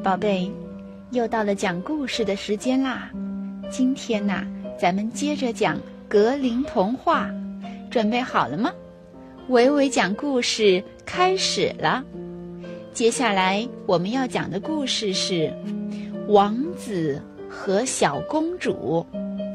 宝贝，又到了讲故事的时间啦。今天呢，咱们接着讲格林童话，准备好了吗？伟伟讲故事开始了。接下来我们要讲的故事是王子和小公主。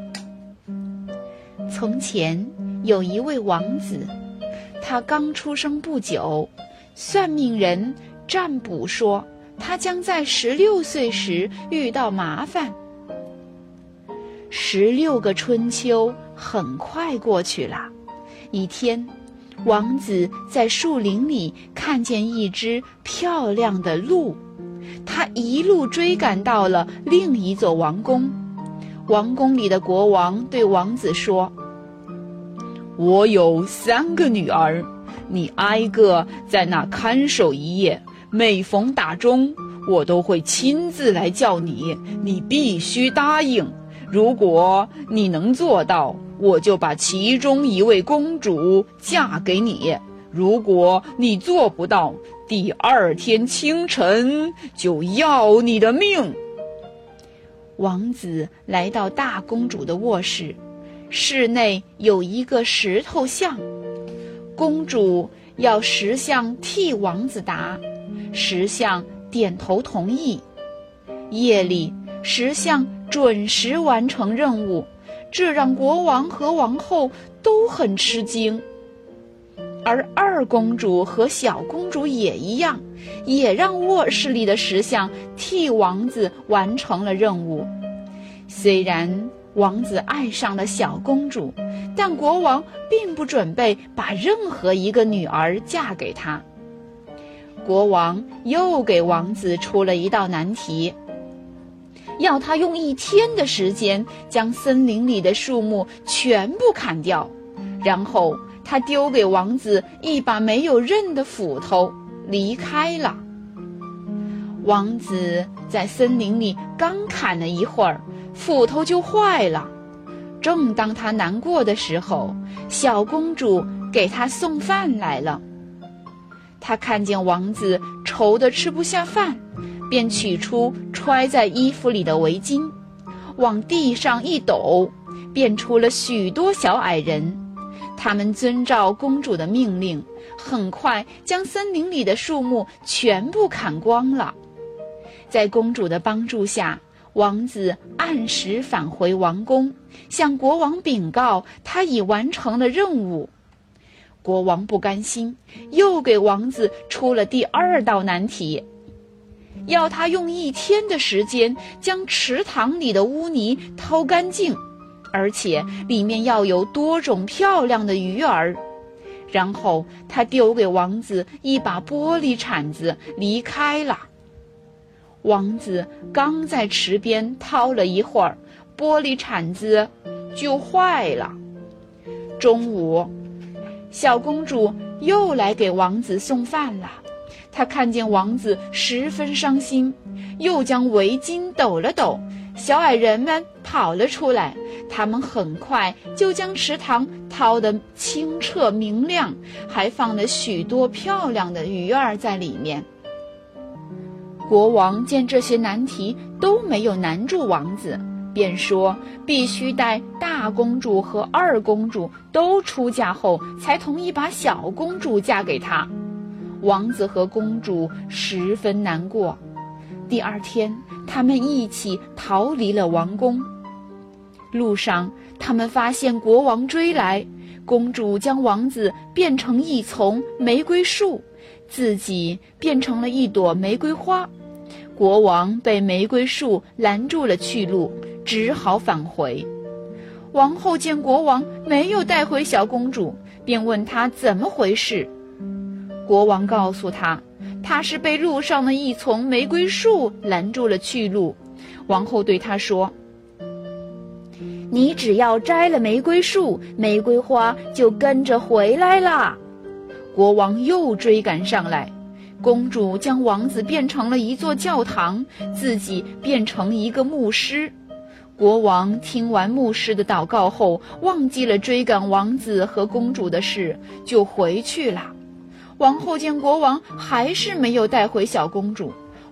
从前有一位王子，他刚出生不久，算命人占卜说他将在16岁时遇到麻烦。16个春秋很快过去了。一天，王子在树林里看见一只漂亮的鹿，他一路追赶到了另一座王宫。王宫里的国王对王子说：我有3个女儿，你挨个在那看守一夜，每逢打钟，我都会亲自来叫你，你必须答应。如果你能做到，我就把其中一位公主嫁给你；如果你做不到，第2天清晨就要你的命。王子来到大公主的卧室，室内有一个石头像，公主要石像替王子答，石像点头同意。夜里，石像准时完成任务，这让国王和王后都很吃惊。而2公主和小公主也一样，也让卧室里的石像替王子完成了任务。虽然王子爱上了小公主，但国王并不准备把任何一个女儿嫁给他。国王又给王子出了一道难题，要他用1天的时间将森林里的树木全部砍掉，然后他丢给王子一把没有刃的斧头，离开了。王子在森林里刚砍了一会儿，斧头就坏了。正当他难过的时候，小公主给他送饭来了。他看见王子愁得吃不下饭，便取出揣在衣服里的围巾，往地上一抖，变出了许多小矮人。他们遵照公主的命令，很快将森林里的树木全部砍光了。在公主的帮助下，王子按时返回王宫，向国王禀告他已完成了任务。国王不甘心，又给王子出了第2道难题，要他用1天的时间将池塘里的污泥掏干净，而且里面要有多种漂亮的鱼儿。然后他丢给王子一把玻璃铲子，离开了。王子刚在池边掏了一会儿，玻璃铲子就坏了。中午，小公主又来给王子送饭了。她看见王子十分伤心，又将围巾抖了抖，小矮人们跑了出来。他们很快就将池塘掏得清澈明亮，还放了许多漂亮的鱼儿在里面。国王见这些难题都没有难住王子，便说必须待大公主和2公主都出嫁后，才同意把小公主嫁给他。王子和公主十分难过。第2天，他们一起逃离了王宫。路上，他们发现国王追来，公主将王子变成一丛玫瑰树，自己变成了一朵玫瑰花。国王被玫瑰树拦住了去路，只好返回。王后见国王没有带回小公主，便问他怎么回事。国王告诉他，他是被路上的一丛玫瑰树拦住了去路。王后对他说，你只要摘了玫瑰树，玫瑰花就跟着回来了。国王又追赶上来，公主将王子变成了一座教堂，自己变成一个牧师。国王听完牧师的祷告后，忘记了追赶王子和公主的事，就回去了。王后见国王还是没有带回小公主，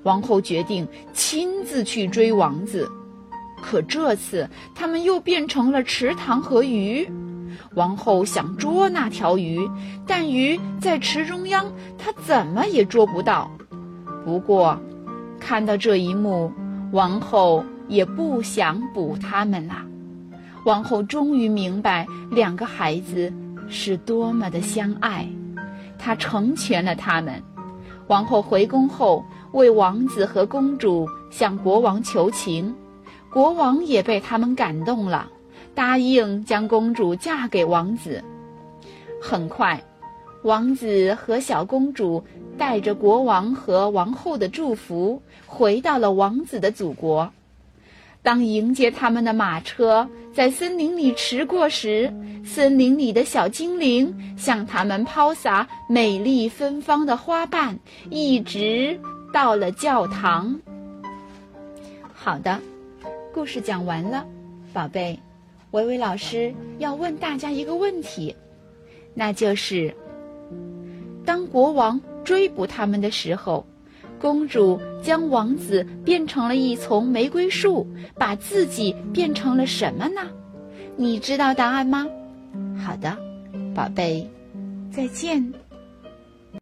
王后决定亲自去追王子。可这次他们又变成了池塘和鱼。王后想捉那条鱼，但鱼在池中央，她怎么也捉不到。不过看到这一幕，王后也不想捕他们了。王后终于明白两个孩子是多么的相爱，她成全了他们。王后回宫后，为王子和公主向国王求情，国王也被他们感动了，答应将公主嫁给王子。很快，王子和小公主带着国王和王后的祝福，回到了王子的祖国。当迎接他们的马车在森林里驰过时，森林里的小精灵向他们抛洒美丽芬芳的花瓣，一直到了教堂。好的，故事讲完了，宝贝，维维老师要问大家一个问题，那就是当国王追捕他们的时候，公主将王子变成了一丛玫瑰树，把自己变成了什么呢？你知道答案吗？好的，宝贝，再见。